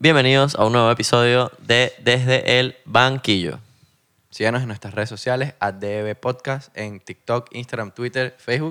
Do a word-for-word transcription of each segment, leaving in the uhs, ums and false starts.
Bienvenidos a un nuevo episodio de Desde el Banquillo. Síganos en nuestras redes sociales, a D B Podcast, en TikTok, Instagram, Twitter, Facebook.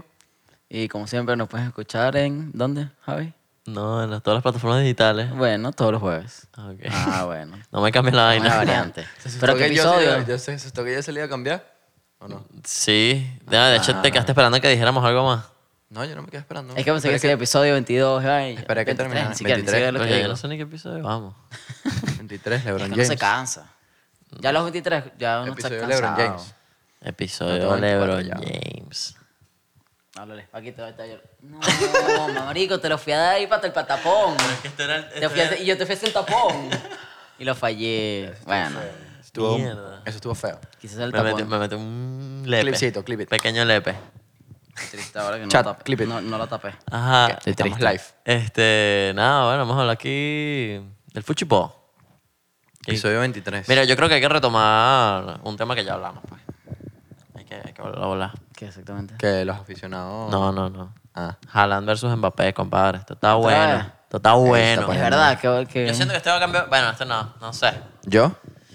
Y como siempre nos puedes escuchar en... ¿Dónde, Javi? No, en las- todas las plataformas digitales. Bueno, todos los jueves. Ok. Ah, bueno. No me cambies la Una vaina. variante. ¿Se asustó Pero qué que yo se episodio. le- Yo sé, ¿se asustó que yo se le iba a cambiar? ¿O no? Sí. De, de hecho, te quedaste esperando que dijéramos algo más. No, yo no me quedé esperando. Es que pensé que Esperé ese episodio veintidós. Ay, Esperé que veintitrés, terminara. ni siquiera, ni veintitrés. siquiera lo que Oye, yo digo. no sé ni qué episodio vamos. veintitrés, Es LeBron que no James. se cansa. Ya a los veintitrés, ya uno Episodio está de cansado. LeBron James. Episodio No, de tengo LeBron veinticuatro ya. James. Háblale, aquí te va a estar yo. No, mamarico, te lo fui a dar ahí para el patapón. Te fui a hacer- y yo te fui a hacer el tapón. Y lo fallé. Bueno, Estuvo, Mierda. eso estuvo feo. quise hacer el Me metí, tapón. me metí un lepe. Clipcito, clip it. Pequeño lepe. Triste ahora que no, Chat, lo tapé. clip it. No, no lo tapé. Ajá. Estamos triste. live. Este, nada, bueno, vamos a hablar aquí del fuchipó. Episodio veintitrés. Mira, yo creo que hay que retomar un tema que ya hablamos, pues. Hay que, hay que volver a hablar. ¿Qué exactamente? Que los aficionados... No, no, no. Ah. Haaland versus Mbappé, compadre. Esto está Otra bueno. vez. Esto está bueno. está Es bueno. verdad que... que... Yo siento que este va a cambiar. Bueno, este no, no sé. ¿Yo?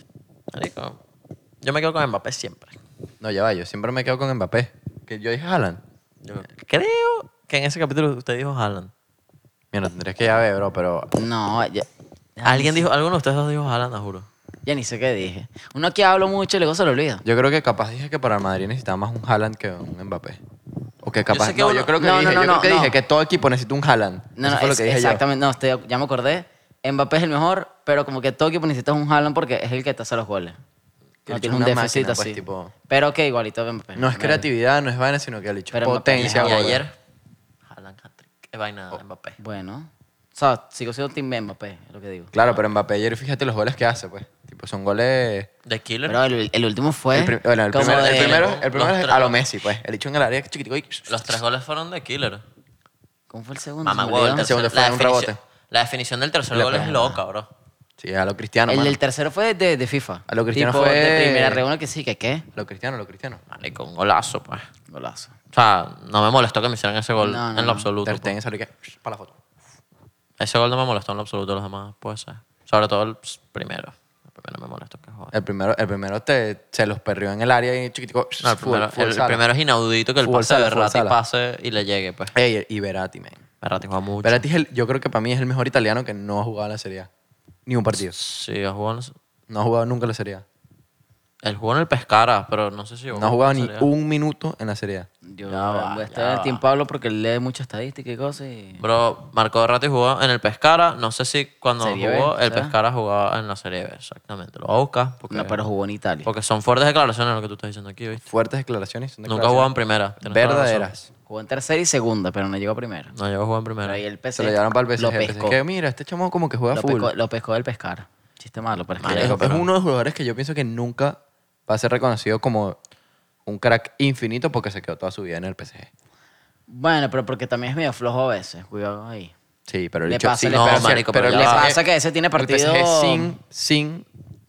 Marico, yo me quedo con Mbappé siempre. No, ya va. Yo siempre me quedo con Mbappé. Que yo dije Haaland. Yo creo que en ese capítulo usted dijo Haaland. Mira, tendrías que ya ver, bro, pero... No, ya, Alguien dijo, alguno de ustedes dos dijo Haaland, te juro. ya ni sé qué dije. Uno aquí habla mucho y luego se lo olvida. Yo creo que capaz dije que para el Madrid necesitaba más un Haaland que un Mbappé. O que capaz... sé que no, uno- yo creo que No, dije, no, no, yo creo no, que no. dije que todo equipo necesita un Haaland. No, Eso no, fue lo es- que dije exactamente. No, estoy, ya me acordé. Mbappé es el mejor, pero como que todo equipo necesita un Haaland porque es el que te hace los goles. Que No el tiene bicho un es una déficit máquina, pues, así. tipo- Pero que igualito Mbappé. yo. No es creatividad, no es vaina, sino que el hecho es Pero Mbappé- potencia. Y gol. ayer, Haaland hat-trick. Es vaina de Mbappé. Bueno. O sea, sigo siendo team Mbappé, es lo que digo. Claro, pero Mbappé ayer, fíjate los goles que hace, pues. Tipo, son goles... De Killer. Pero el, el último fue... El, prim- bueno, el como primero, el de- primero, los el primero es tres- a lo Messi, pues. El hecho en el área chiquitico y... Los tres goles fueron de Killer. ¿Cómo fue el segundo? Mamá, Se me huevo, el olvidó. El segundo tercer- fue la un definición- rebote. La definición del tercer Le gol es pegó. loca, bro. Sí, a lo Cristiano, El mano. del tercero fue de, de FIFA. A lo Cristiano Tipo, fue- de primera reunión que sí, que qué. A lo Cristiano, a lo Cristiano. Marico, un golazo, pues. Golazo. O sea, no me molestó que me hicieran ese gol No, no, en lo no. absoluto. Ter pues. Stegen salió que... Para la foto. Ese gol no me molestó en lo absoluto, los demás puede ser. Sobre todo el pues, primero. El primero me molestó que joder. El primero, el primero te, se los perrió en el área y chiquitico... No, el, fútbol- primero, fútbol el sala. primero es inaudito que el Fútbol pase sala, de fútbol Verratti sala. pase y le llegue, pues. Ey, y Verratti, man. Verratti juega mucho. Verratti es el, yo creo que para mí es el mejor italiano que no ha jugado en la Serie A. Ni un partido. Sí, ha jugado en, No ha jugado nunca en la Serie A. él jugó en el Pescara, pero no sé si jugó No ha jugado en ni Serie A. un minuto en la Serie A. Yo Ya va, voy a ya estar en el va. Team Pablo porque él lee mucha estadística y cosas y... Bro, Marco Verratti jugó en el Pescara. No sé si cuando Serie B, jugó, el ¿será? Pescara jugaba en la Serie B, exactamente. Lo voy a buscar porque, No, pero jugó en Italia. porque son fuertes declaraciones lo que tú estás diciendo aquí, ¿viste? Fuertes declaraciones. son Nunca jugó en declaraciones primera. tienes toda la razón. verdaderas. Jugó en tercera y segunda, pero no llegó a primera. No, llegó a jugar en Pero primera. ahí el P S Se lo llevaron para el P S G. Lo el P S G, pescó. que, mira, este chamo como que juega Lo full. pescó, lo pescó del pescar. Chiste malo, pero es que Marico, es, llegó. es pero- uno de los jugadores que yo pienso que nunca va a ser reconocido como un crack infinito porque se quedó toda su vida en el P S G. Bueno, pero porque también es medio flojo a veces. Cuidado ahí. Sí, pero el Le bicho- pasa- sí, le no, pasa- marico, pero, pero el ya Le va. P S G pasa que ese tiene el P S partido... G sin, sin,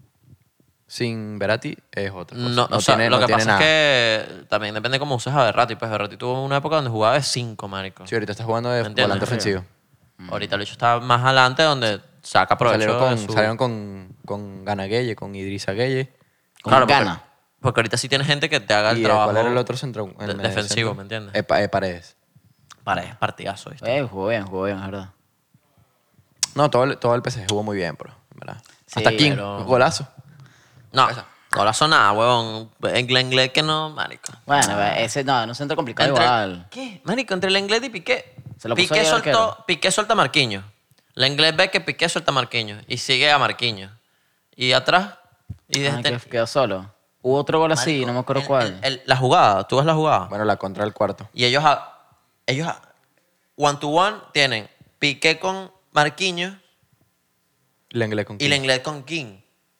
sin Verratti es otra cosa. No, o sea, tiene, lo no que tiene pasa nada. es que también depende cómo uses a Verratti. Pues Verratti tuvo una época donde jugaba de cinco, marico. Sí, ahorita está jugando de ¿Me entiendes? volante Sí. ofensivo. Ahorita el hecho está más adelante donde saca provecho Salieron con, de su... salieron con, con Gana Gueye, con Idrissa Gueye. Con Claro, porque- gana. Porque ahorita sí tiene gente que te haga el ¿Y trabajo cuál era el otro centro? El de- medio defensivo, centro. ¿me entiendes? Eh, Pa- eh, Paredes. Paredes, partidazo, ¿viste? Eh, jugó bien, jugó bien, es verdad. No, todo el, todo el P S G jugó muy bien, bro. en ¿verdad? Sí, Hasta King, pero- un golazo. No, Esa. golazo nada, huevón. En el inglés que no, marico. Bueno, ese no, en un centro complicado Entre- igual. ¿Qué? Marico, entre el inglés y Piqué. Se lo puso Piqué ahí al soltó, arquero. Piqué suelta a Marquinhos. La inglés ve que Piqué suelta a Marquinhos y sigue a Marquinhos. Y atrás, y Ah, desde... que quedó solo. Hubo otro gol así, Marico, no me acuerdo el- cuál. el- el- la jugada, tú ves la jugada. Bueno, la contra del cuarto. Y ellos, a, ellos a, one to one tienen Piqué con Marquinhos Lenglet con y King. Lenglet con King.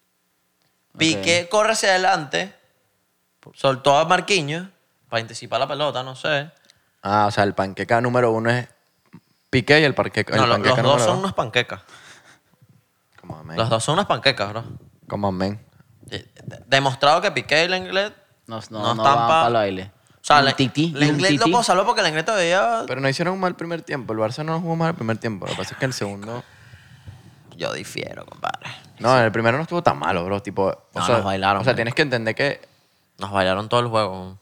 Piqué corre hacia adelante, soltó a Marquinhos para anticipar la pelota, no sé. Ah, o sea, el panqueca número uno es Piqué y el, parqueca, No, el lo- panqueca los dos número son unas panquecas. Come on, man. Los dos son unas panquecas, bro. Come on, man. Eh, de- Demostrado que Piqué y Lenglet No, no, no no, están van pa- para el baile. O sea, Un Le- tití, y un Lenglet lo tití. puedo salvar porque Lenglet todavía... Pero no hicieron un mal primer tiempo. El Barça no jugó mal el primer tiempo. Lo que pasa es que el segundo... yo difiero, compadre. No, el primero no estuvo tan malo, bro. Tipo, o No, sea, nos bailaron, O sea, marico. tienes que entender que... Nos bailaron todo el juego.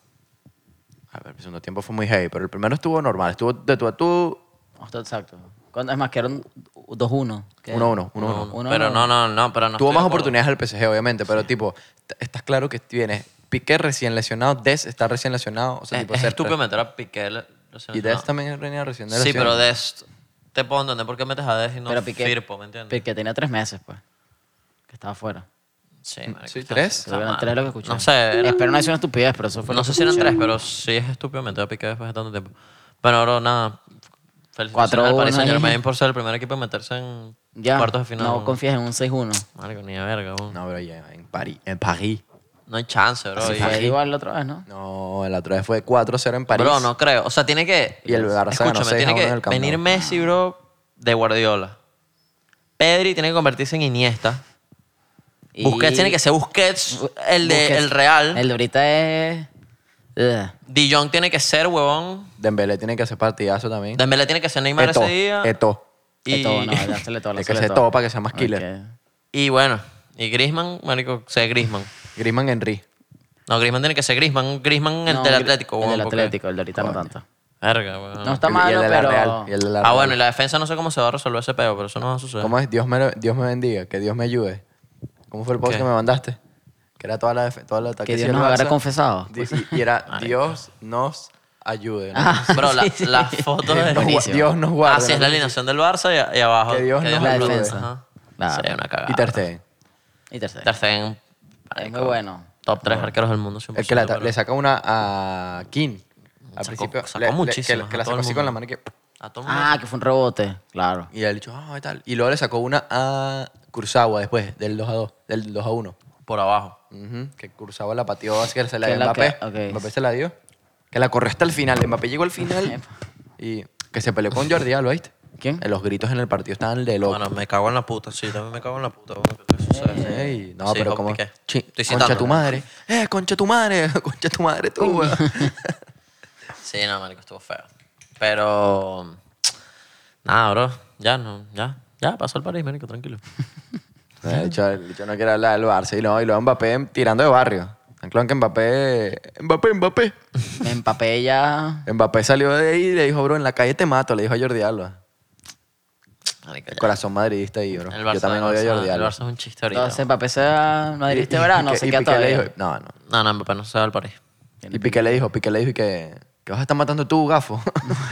A ver, el segundo tiempo fue muy heavy, pero el primero estuvo normal. Estuvo de tú a tú, No, está exacto. ¿Cuándo- Es más, que eran dos uno. ¿Qué? uno a uno, uno a Uno, uno. uno, pero uno. no, no, no, pero no Tuvo estoy más de acuerdo. oportunidades el P S G, obviamente, pero tipo, t- estás claro que tienes Piqué recién lesionado, Des está recién lesionado. O sea, Es, tipo, es ser- estúpido meter a Piqué. le- Y lesionado. Des también venía recién de Sí, lesión. pero Des te puedo entender por qué metes a Des y no Pero Piqué, Firpo, ¿me entiendes? Piqué tenía tres meses, pues. Que estaba fuera. Sí, marico, Sí, está- ¿tres? está Creo que eran mal. tres lo que escuché. No sé, era- Espero no es una estupidez, pero eso fue no lo sé que si eran escuché. tres, pero sí es estúpido meter a Piqué después de tanto tiempo. Bueno, bro, nada. Cuatro Felicitaciones al Paris uno ahí. Saint Germain por ser el primer equipo en meterse en Ya, cuartos de final. no confías en un seis uno. Marico, ni de verga, bro. No, pero ya en París. En París. No hay chance, bro. Así Y- fue igual la otra vez, ¿no? No, la otra vez fue cuatro cero en París. Bro, no creo. O sea, tiene que... Y el Barça ganó Escúchame, seis a tiene uno en que el Camp venir Nou. Messi, bro, de Guardiola. Pedri tiene que convertirse en Iniesta. Y- Busquets tiene que ser Busquets, el de Busquets. el Real. El de ahorita es... Ugh. De Jong tiene que ser, huevón. Dembélé tiene que hacer partidazo también. Dembélé tiene que ser Neymar Eto'o, ese día. Eto'o. Y, Eto'o, no, dásele todo, Hay que dásele hacer todo para que sea más killer. Ok. y bueno, y Griezmann, marico, sé Griezmann. Griezmann Henry. No, Griezmann tiene que ser Griezmann. Griezmann el No, del Gri- Atlético, El huevón. del porque- Atlético, el de ahorita no Coño. tanto. Verga, huevón. No está Y el- malo, y el de la pero... Real. Y el de la Ah, Real. bueno, y la defensa no sé cómo se va a resolver ese peo, pero eso no va a suceder. ¿Cómo es? Dios me, Dios me bendiga, que Dios me ayude. ¿Cómo fue el post ¿Qué? que me mandaste? Que era toda la, def- toda la Que Dios nos agarre confesados. Di- Y, y era Dios nos ayude. ¿no? Ah, Bro, la, sí, sí. la foto de... Nos gua- buenísimo. Dios nos guarde. Ah, sí, es ¿no? la alineación del Barça y, y abajo. Que Dios nos Dios La ayude. defensa. Ajá. Claro. Sí, una cagada. Y Ter Stegen. Y tercero. Ter Stegen, Es marico, muy bueno. Top tres arqueros del mundo. El que la- cien por ciento, le saca una a King. Al Sacó- principio. sacó le- le- muchísimas Que, que la a todo sacó el así con la mundo. mano y que... pero- A todo el mundo. Ah, que fue un rebote. Claro. Y él dicho, ah, y tal. Y luego le sacó una a Kurzawa después, del dos a dos, del dos a uno. Por abajo. Ujú, que Kurzawa la pateó así que se la Que dio la Mbappé. que- ok. Mbappé se la dio. Que la corrió hasta el final. Mbappé llegó al final y que se peleó con Jordi Alba, ¿viste? ¿Quién? Eh, Los gritos en el partido estaban de loco. Bueno, me cago en la puta, sí, también me cago en la puta. Bueno, ¿qué te sucede? Ey, no, Sí, pero dijo como... Piqué. Chi- Estoy concha citando. tu madre. Eh, concha tu madre. Concha tu madre tú, weón. Sí, no, marico, estuvo feo. Pero... Nada, bro. Ya, no, ya. Ya, pasó el París, marico, tranquilo. De hecho, el dicho no quiere hablar del Barça. Y, no, y luego Mbappé tirando de barrio. En claro que Mbappé... Mbappé, Mbappé. Me empapé ya. Mbappé salió de ahí y le dijo, bro, en la calle te mato. Le dijo a Jordi Alba. Marico, ya. Corazón madridista ahí, bro. El Barça, Yo también el odio a Barça- Jordi El Alba. Barça es un chiste ahorita. Entonces, Mbappé sea madridista de verano, y, se y queda Piqué le todavía. dijo, no, no. No, no, Mbappé no se va al París. Y Piqué le dijo, Piqué le dijo que, que vas a estar matando tú, gafo.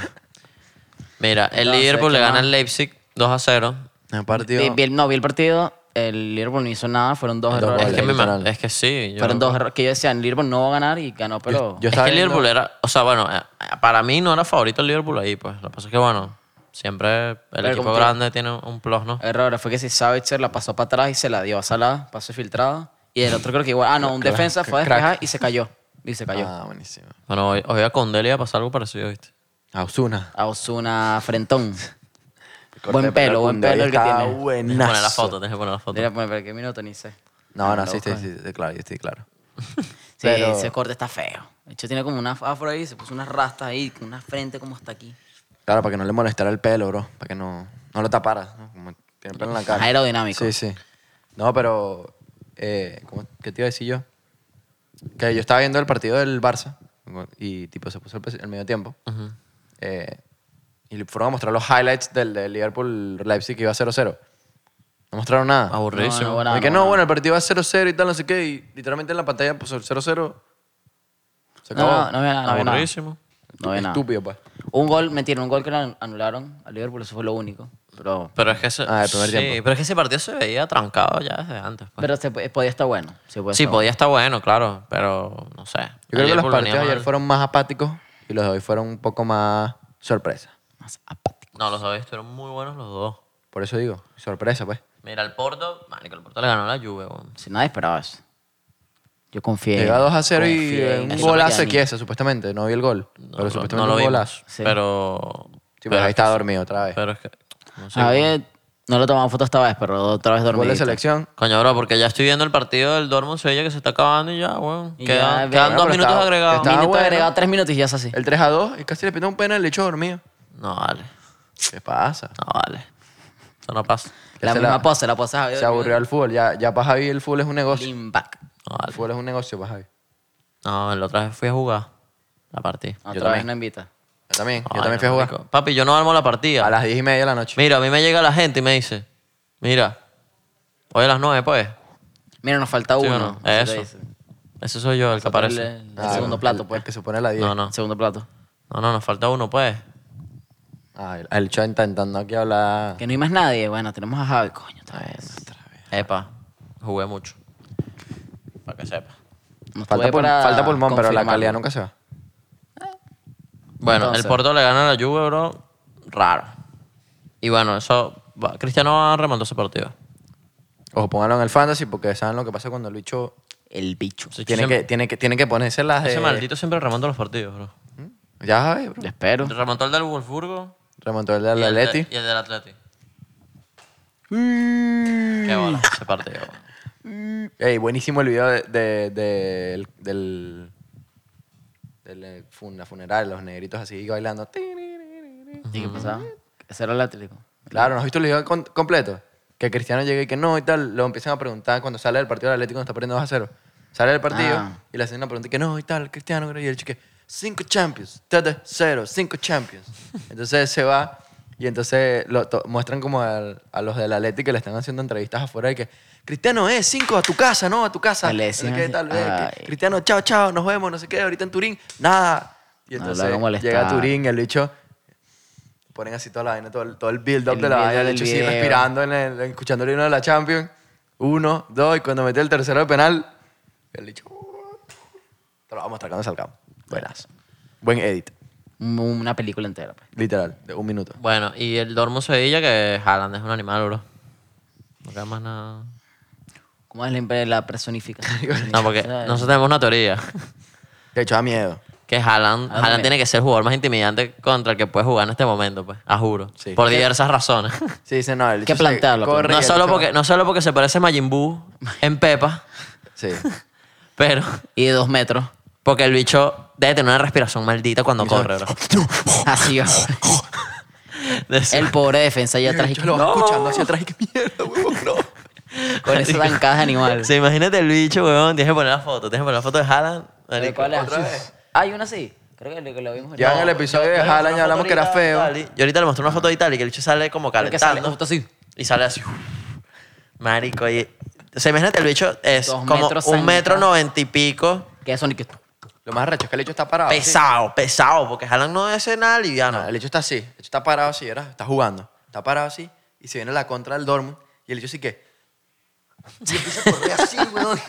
Mira, el Entonces, Liverpool le ¿qué gana más? al Leipzig dos a cero. En el partido... Vi, vi el- no, vi el partido. El Liverpool no hizo nada. Fueron dos Dos errores. Es goles. que, me literal. ma- es que sí. yo- Fueron dos errores que yo decía, el Liverpool no va a ganar y ganó, pero... yo Es estaba que el viendo- Liverpool era... O sea, bueno, eh, para mí no era favorito el Liverpool ahí, pues. Lo que pasa es que, bueno, siempre el Pero equipo como que- grande tiene un plus, ¿no? Errores. Fue que si Savitzer la pasó para atrás y se la dio a Salah, paso filtrado. Y el otro creo que igual... Ah, no, un Crack, defensa fue a crack. despejar y se cayó. Y se cayó. Ah, buenísimo. Bueno, hoy, hoy a Condé a pasar algo parecido, ¿viste? A Osuna. A Osuna Frentón. Corte Buen de pelo, buen Koundé pelo el que estaba tiene. Tienes que buenazo. poner la foto, tienes que poner la foto. Mira, pero qué minuto ni sé. No, no, Ah, sí, sí, loco. sí, sí, claro, yo estoy claro. Sí, Pero- ese corte está feo. De hecho, tiene como una afro ahí, se puso unas rastas ahí, con una frente como hasta aquí. Claro, para que no le molestara el pelo, bro. Para que no, no lo tapara. ¿no? Como tiene pelo en la cara. Más aerodinámico. Sí, sí. No, pero... Eh, ¿cómo- ¿Qué te iba a decir yo? Que yo estaba viendo el partido del Barça y tipo se puso el, el medio tiempo. Ujú. eh, y le fueron a mostrar los highlights del, del Liverpool-Leipzig que iba cero cero. No mostraron nada. Aburridísimo. No, no, bueno. Y que no, bueno, el partido va cero cero y tal, no sé qué. Y literalmente en la pantalla, pues el cero cero se acabó. No, no había nada. No había nada. Aburridísimo. No había nada. Estúpido, pues. Un gol, mentira, un gol que le anularon al Liverpool, eso fue lo único. Pero, Pero es que ese, Ah, el primer sí, tiempo. pero es que ese partido se veía trancado ya desde antes. pues. pero se, podía estar bueno. Sí, podía sí, estar podía estar bueno, claro, pero no sé. Yo creo que los Liverpool partidos venía de ayer mal. fueron más apáticos y los de hoy fueron un poco más sorpresa. bueno. Más apático. No, los de hoy estuvieron muy buenos los dos. Por eso digo, sorpresa, pues. Mira, el Porto, marico, el Porto le ganó a la Juve, weón. Si nadie esperaba eso. Yo confié. Llega dos a cero y confié en un eso golazo de Chiellini. Chiesa, supuestamente. No vi el gol, No, pero lo- supuestamente no lo un vimos, golazo. Sí. Pero... Sí, pero pero ahí es que estaba sí. dormido otra vez. Pero es que... No sé, A weón. ver, no lo tomamos foto esta vez, pero otra vez dormido. Gol de selección. Coño, bro, porque ya estoy viendo el partido del Dortmund-Sevilla que se está acabando y ya, weón. Y Quedan, ya, quedan bueno, dos pero minutos estaba- agregados. estaba- Minuto bueno. agregado, tres minutos y ya es así. El tres a dos y casi le pitó un penal y le echó dormido. No vale, ¿Qué pasa? no vale. Eso no pasa. La se misma la- pose, la pose de Javi. Se aburrió al fútbol. Ya, ya para Javi el fútbol es un negocio. Lean back. No, El vale. fútbol es un negocio para Javi. No, la otra vez fui a jugar la partida. Otra también. vez no invita. Yo también. Yo Ay, también fui a no, jugar. marico. Papi, yo no armo la partida. A las diez y media de la noche. Mira, a mí me llega la gente y me dice, mira, hoy a las nueve, pues. Mira, nos falta ¿Sí o uno. no? Así te Eso. dice. Ese soy yo, el que Nosotros aparece. El, el Ah, segundo plato, el- pues. El que se pone a las diez. No, no. El segundo plato. No, no, nos falta uno, pues. Ah, el, el show intentando aquí hablar. Que no hay más nadie. Bueno, tenemos a Javi. Coño, otra vez. Epa, jugué mucho. Para que sepa. Nos Falta, tuve pul- para falta pulmón, pero la confirmarlo. calidad nunca se va. Bueno, Entonces. el Porto le gana a la Juve, bro. Raro. Y bueno, eso... va- Cristiano remontó ese partido. Ojo, pónganlo en el fantasy porque saben lo que pasa cuando el bicho El bicho. Sí, tiene siempre- que, tiene, que, tiene que ponerse las de... Ese maldito siempre remonta los partidos, bro. Ya sabes, bro. Le espero. Remontó el del Wolfsburgo Remontó el del y, el de- Atleti. y el del Atleti. Qué bola ese partido. Ey, buenísimo el video de, de- de- del... del del, eh, fun- la funeral, los negritos así bailando. ¿Y qué pasaba? Ese era el Atlético. Claro, ¿no has visto el video con- completo? Que Cristiano llega y que no y tal. Lo empiezan a preguntar cuando sale del partido del Atlético cuando está perdiendo dos a cero. Sale del partido Ah. y le hacen una pregunta y que no y tal, Cristiano. Y el chico que cinco Champions, tres cero, cinco Champions. Entonces se va y entonces lo to- muestran como al- a los del Atlético que le están haciendo entrevistas afuera y que Cristiano, eh, cinco a tu casa, ¿no? A tu casa. Ah, le No sé decían qué así. tal, eh, que Ay. Cristiano, chao, chao, nos vemos, no sé qué, ahorita en Turín, nada. Y No, entonces lo hago molestar. llega a Turín y el bicho ponen así toda la vaina, todo el, todo el build-up El de la video vaina, el del bicho así video. respirando, en el, escuchando el himno de la Champions. Uno, dos, y cuando mete el tercero de penal, el bicho... Te lo vamos a mostrar cuando salgamos. Buenas. Buen edit, Un- Una película entera, pues. literal, de un minuto. Bueno, y el Dortmund Sevilla, que Haaland es un animal, bro. No queda más nada. ¿Cómo es la, la personificación? No, porque ¿Sabes? nosotros tenemos una teoría. De hecho, da miedo. Que Haaland, Ah, Haaland bien. tiene que ser el jugador más intimidante contra el que puede jugar en este momento, pues. A juro. Sí. Por diversas razones. Sí, dice, no, el que bicho se plantearlo, corre y No el solo, bicho- porque, no solo porque se parece a Majin Buu en Pepa, Sí. pero Y de dos metros. porque el bicho debe tener una respiración maldita cuando Y son- corre, bro. Así va. De eso. El pobre defensa allá Y el atrás. y bicho que- lo va ¡No! escuchando hacia atrás y que mierda, huevón, no. Con esa zancada de animal. Sí, imagínate el bicho, weón. Tienes que poner la foto. Tienes que poner la foto de Haaland. marico. ¿Cuál es? ¿Otra vez? Hay una así. Creo que lo, que lo vimos. Ya en el episodio de Yo le mostré Haaland una ya hablamos foto que era ahorita de feo. Italia. Yo ahorita le mostré una foto de Italia y que el bicho sale como Creo que sale calentando. justo así. Y sale así. Marico. Y, o sea, imagínate, el bicho es Dos como metros un metro zancado. noventa y pico. Que eso ni que... Lo más arrecho es que el hecho está parado. así. Pesado, pesado. Porque Haaland no es nada liviano. No, el hecho está así. El hecho está parado así, ¿verdad? Está jugando. Está parado así y se viene la contra del Dortmund y el hecho sí que... Y empieza a correr así, weón.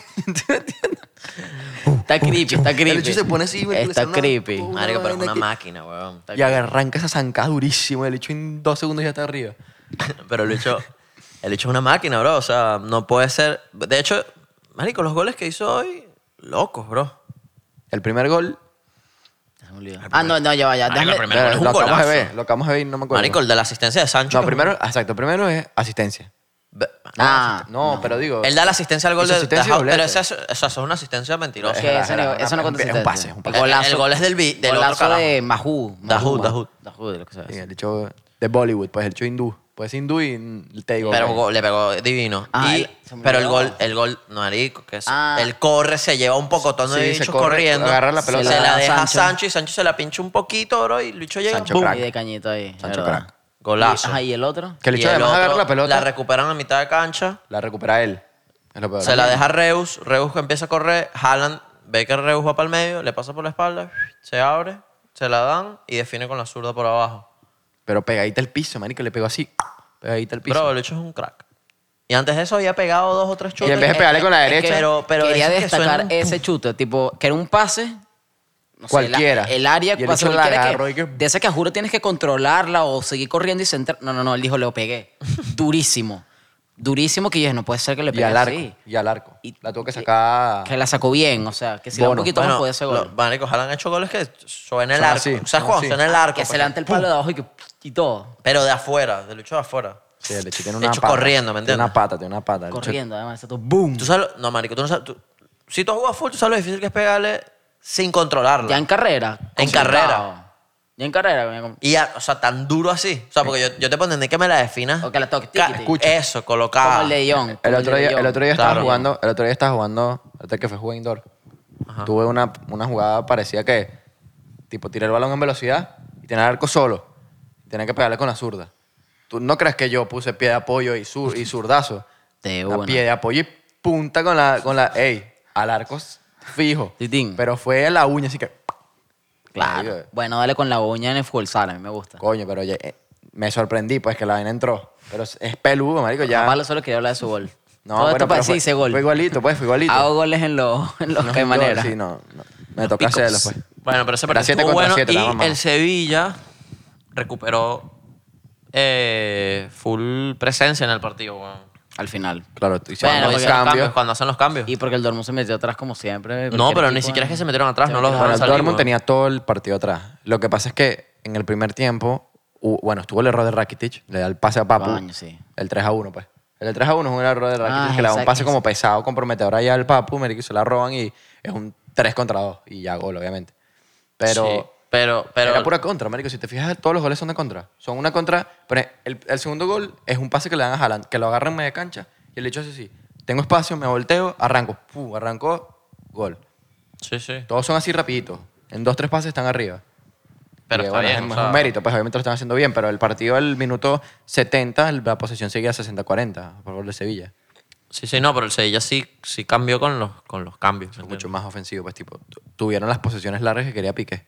Está creepy, está creepy. El hecho se pone así, güey. Está le sale creepy. una- Marico, pero es vaina una que- máquina, weón. Y arranca esa zancada durísimo. El hecho en dos segundos ya está arriba. Pero el bicho, el bicho es una máquina, bro. O sea, no puede ser... De hecho, marico, los goles que hizo hoy, locos, bro. El primer gol... Se me olvidó. Ah, no, no, ya va, ya. Marico, Déjame- el primer gol es un lo acabamos de golazo. ver. Lo acabamos de ver y no me acuerdo. Marico, el de la asistencia de Sancho. No, que- primero... Exacto. Primero es asistencia. Be- Ah, No, pero digo... Él da la asistencia al gol Hizo de, asistencia de y Hau- doblete. Pero esa es, esa es una asistencia mentirosa. Que Era- eso, era no, una- eso no es un cuenta pase, es un pase. El- el gol es del vi- del otro golazo carajo. de Mahu. Dahoud, Dahoud. Dahoud, lo que sea. Sí, el hecho de Bollywood, pues el hecho hindú. Puede ser hindú y te digo... Pero ok. go- le pegó divino. Ah, Y- él- se me pero el olvidó. gol, el gol, no, marico, que es, Ah. él corre, se lleva un pocotón de Sí, se bichos corre, corriendo. agarra la pelota. Se Se la, la da deja a Sancho. Sancho y Sancho se la pincha un poquito, bro, y el bicho llega. Sancho ¡pum! crack. Y de cañito ahí. Sancho ¿verdad? crack. Golazo. Y, ajá, ¿y el otro? Que el Y hecho además otro agarra la pelota, La recuperan a mitad de cancha. la recupera él. Es lo peor. Se la deja a Reus, Reus que empieza a correr, Haaland ve que Reus va para el medio, le pasa por la espalda, se abre, se la dan y define con la zurda por abajo. Pero pegadita al piso, marico, le pegó así. Pegadita al piso. Pero el hecho es un crack. Y antes de eso había pegado dos o tres chutes. Y en vez de pegarle con la Es que derecha, pero- pero quería esos que destacar suenan- ese chute, tipo, que era un pase. No sé, Cualquiera. la- el área, Y el pase bicho la cualquiera agarró que, y que- de esa que a juro tienes que controlarla o seguir corriendo y centrar. No, no, no, él dijo, lo pegué. Durísimo. Durísimo que yo dije, no puede ser que le y pegue al arco. así. Y al arco. Y- la tuvo que sacar. Que la sacó bien, o sea, que si le da un Bono. poquito más Bueno, puede ser gol. lo- marico, Haaland ha hecho goles que suena el Son arco. así, ¿Sabes son cuando así. suena el arco? que se Porque- levanta el palo de abajo y, que, y todo. Pero de afuera, del hecho de afuera. Sí, el hecho tiene Hecho una pata. corriendo, ¿me Tiene entiendes? una pata, tiene una pata. El hecho- Corriendo, además, está todo boom. Tú sabes, lo- no, marico, tú no sabes. tú- si tú has jugado full, tú sabes lo difícil que es pegarle sin controlarla. Ya en carrera. En complicado. carrera. Yo en carrera. venía con- Y, a- o sea, tan duro así. O sea, porque yo, yo te puedo entender que me la definas. O que la toque. Ca- tiqui, tiqui. escucha. Eso, colocada. Como el de Young. El como otro, de día, Young. el otro día estaba Claro. jugando, el otro día estaba jugando, hasta que fue jugar indoor. Ajá. Tuve una, una jugada parecida que, tipo, tiré el balón en velocidad y tenía el arco solo. Tenía que pegarle con la zurda. ¿Tú no crees que yo puse pie de apoyo y, sur, y zurdazo? De A una. pie de apoyo y punta con la, con la, ey, al arco fijo. Titín. Pero fue en la uña, así que, Claro. Marico. Bueno, dale con la uña en el fútbol sala, a mí me gusta. coño, pero oye, eh, me sorprendí, pues, que la vaina entró. Pero es, es peludo, marico, ya. Pablo solo quería hablar de su gol. No, Todo bueno, esto para pero fue, decir ese gol. fue igualito, pues, fue igualito. Hago goles en los, en los No, que yo, manera. Sí, no, no. Me Los toca picos. hacerlo, pues. Bueno, pero ese Era partido siete estuvo contra bueno siete, y nada más. el Sevilla recuperó eh, full presencia en el partido, weón. Al final. Claro, Bueno, hicieron Cuando, los porque- hacen los cambios, cambios. cuando hacen los cambios. Y porque el Dortmund se metió atrás como siempre. No, cualquier pero ni equipo, siquiera es que ¿no? se metieron atrás, Se no los metieron Bueno, dejaron el salir, Dortmund weón. tenía todo el partido atrás. Lo que pasa es que en el primer tiempo, hu- bueno, estuvo el error de Rakitic, le da el pase a Papu. Coño, sí. El tres a uno, pues. El tres a uno es un error de Rakitic Ah, que le da un exacto, pase como exacto. pesado, comprometedor allá al Papu, marico, y se la roban y es un tres contra dos y ya gol, obviamente. Pero Sí, pero, pero era pura contra, marico. Si te fijas, todos los goles son de contra. Son una contra, pero el, el segundo gol es un pase que le dan a Haaland, que lo agarra en media cancha y el hecho es así. Tengo espacio, me volteo, arranco. Pum, arrancó, gol. Sí, sí. Todos son así rapiditos. En dos, tres pases están arriba. Pero Y, está bueno, bien, es, o es sea, un mérito, pues obviamente lo están haciendo bien, pero el partido al minuto setenta, el- la posesión seguía sesenta cuarenta por gol de Sevilla. Sí, sí, no, pero el Sevilla sí, sí cambió con los, con los cambios. ¿me Mucho entiendes? más ofensivo, pues tipo, tu- tuvieron las posesiones largas que quería Piqué.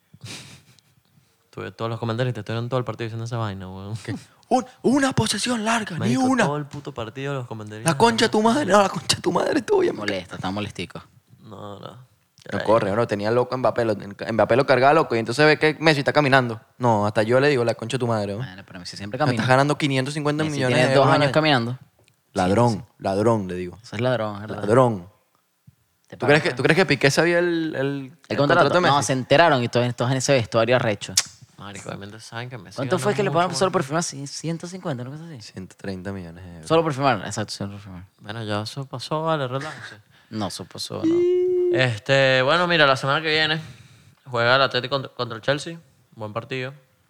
Tuve todos los comentarios y te estuvieron todo el partido diciendo esa vaina, weón. Un- una posesión larga, Marico, ni una. Todo el puto partido los comentarios. La concha de tu madre, no, la concha de tu madre estuvo bien. Molesta, está molestico. No, no. No corre, no, tenía loco Mbappé, lo, Mbappé lo cargaba loco y entonces ve que Messi está caminando. No, hasta yo le digo, la concha de tu madre. ¿no? Bueno, pero Messi siempre Me camina. estás ganando quinientos cincuenta Messi millones tiene de dos euros al años año. caminando. Ladrón, ladrón, le digo. Eso es ladrón, ¿verdad? Ladrón. Te ¿Tú pagan, crees, que, ¿no? ¿Tú crees que Piqué sabía el, el, ¿El contrato? de Messi? No, se enteraron y todos, todos en ese vestuario arrecho. Marico, obviamente saben que Messi ¿Cuánto gana fue que le mucho pagaron solo más. por firmar? Sí, ciento cincuenta, ¿no? Cosa así. ciento treinta millones de euros. Solo por firmar, exacto, solo por firmar. Bueno, ya eso pasó, vale, relájese. No, supuso, no. Este, bueno, mira, la semana que viene juega el Atlético contra, contra el Chelsea. Buen partido.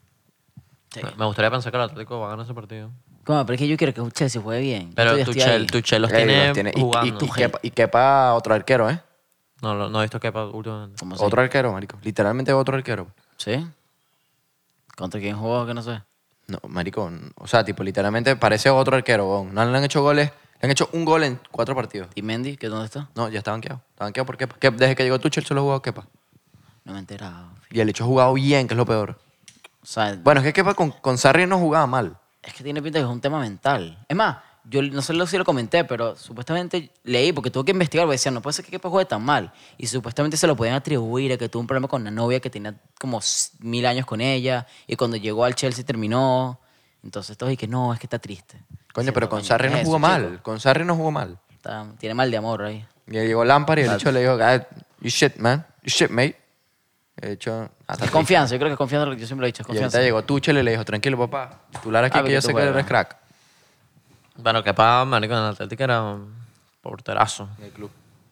Sí. Me- Me gustaría pensar que el Atlético va a ganar ese partido. ¿Cómo? Pero es que yo quiero que un Chelsea juegue bien. Yo Pero todavía estoy ahí. Tuchel, Tuchel los Ey, tiene, los tiene. Y- jugando. Y, y, quepa, y quepa otro arquero, ¿eh? No, no, no he visto que últimamente. ¿Cómo así? Otro arquero, marico. Literalmente otro arquero. ¿Sí? ¿Contra quién jugó? Que no sé. No, marico. O sea, tipo, literalmente parece otro arquero. weón. No le han hecho goles. Le han hecho un gol en cuatro partidos. ¿Y Mendy? ¿Qué dónde está? No, ya está banqueado. Está banqueado por Kepa. Que desde que llegó Tuchel solo ha jugado Kepa. No me he enterado. Y el hecho ha jugado bien, que es lo peor. O sea, Bueno, es que Kepa con, con Sarri no jugaba mal. es que tiene pinta que es un tema mental. Es más, yo no sé si lo comenté, pero supuestamente leí, porque tuve que investigar, porque decían, no puede ser que Kepa juegue tan mal. Y supuestamente se lo podían atribuir a que tuvo un problema con una novia que tenía como s- mil años con ella, y cuando llegó al Chelsea terminó. Entonces todos y que no, es que está triste. Coño, Sí, pero con coño, Sarri ¿qué no es jugó eso, mal. chico? Con Sarri no jugó mal. Está- tiene mal de amor ahí. Y llegó Lampard y el hecho le dijo, "Ah, you shit, man. You shit, mate. El hecho, hasta Es confianza, yo creo que es confianza, yo siempre lo he dicho, es Y ahorita confianza. llegó Tuchel y le dijo, tranquilo, papá. Titular aquí Ah, que yo porque sé tú que juegas. eres crack. Bueno, que para Marico en el Atlético era un porterazo. En el club.